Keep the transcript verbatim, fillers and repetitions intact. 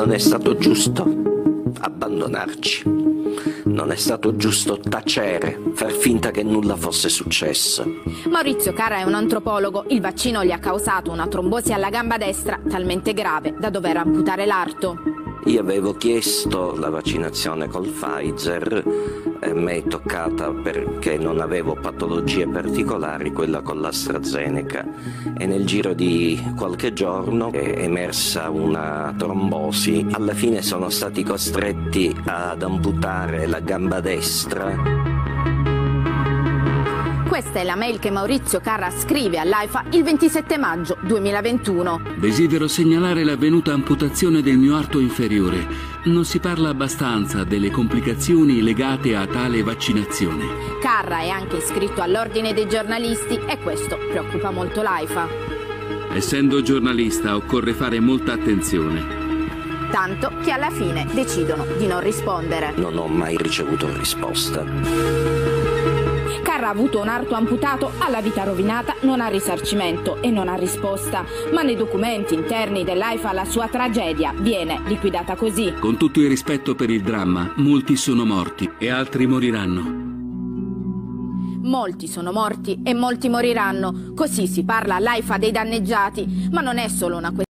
non è stato giusto abbandonarci, non è stato giusto tacere, far finta che nulla fosse successo. Maurizio Carra è un antropologo. Il vaccino gli ha causato una trombosi alla gamba destra talmente grave da dover amputare l'arto. Io avevo chiesto la vaccinazione col Pfizer, e mi è toccata perché non avevo patologie particolari quella con l'AstraZeneca, e nel giro di qualche giorno è emersa una trombosi. Alla fine sono stati costretti ad amputare la gamba destra. Questa è la mail che Maurizio Carra scrive all'AIFA il ventisette maggio duemilaventuno. Desidero segnalare l'avvenuta amputazione del mio arto inferiore. Non si parla abbastanza delle complicazioni legate a tale vaccinazione. Carra è anche iscritto all'Ordine dei giornalisti e questo preoccupa molto l'AIFA. Essendo giornalista occorre fare molta attenzione. Tanto che alla fine decidono di non rispondere. Non ho mai ricevuto risposta. Carra ha avuto un arto amputato, ha la vita rovinata, non ha risarcimento e non ha risposta. Ma nei documenti interni dell'AIFA la sua tragedia viene liquidata così. Con tutto il rispetto per il dramma, molti sono morti e altri moriranno. Molti sono morti e molti moriranno. Così si parla all'AIFA dei danneggiati. Ma non è solo una questione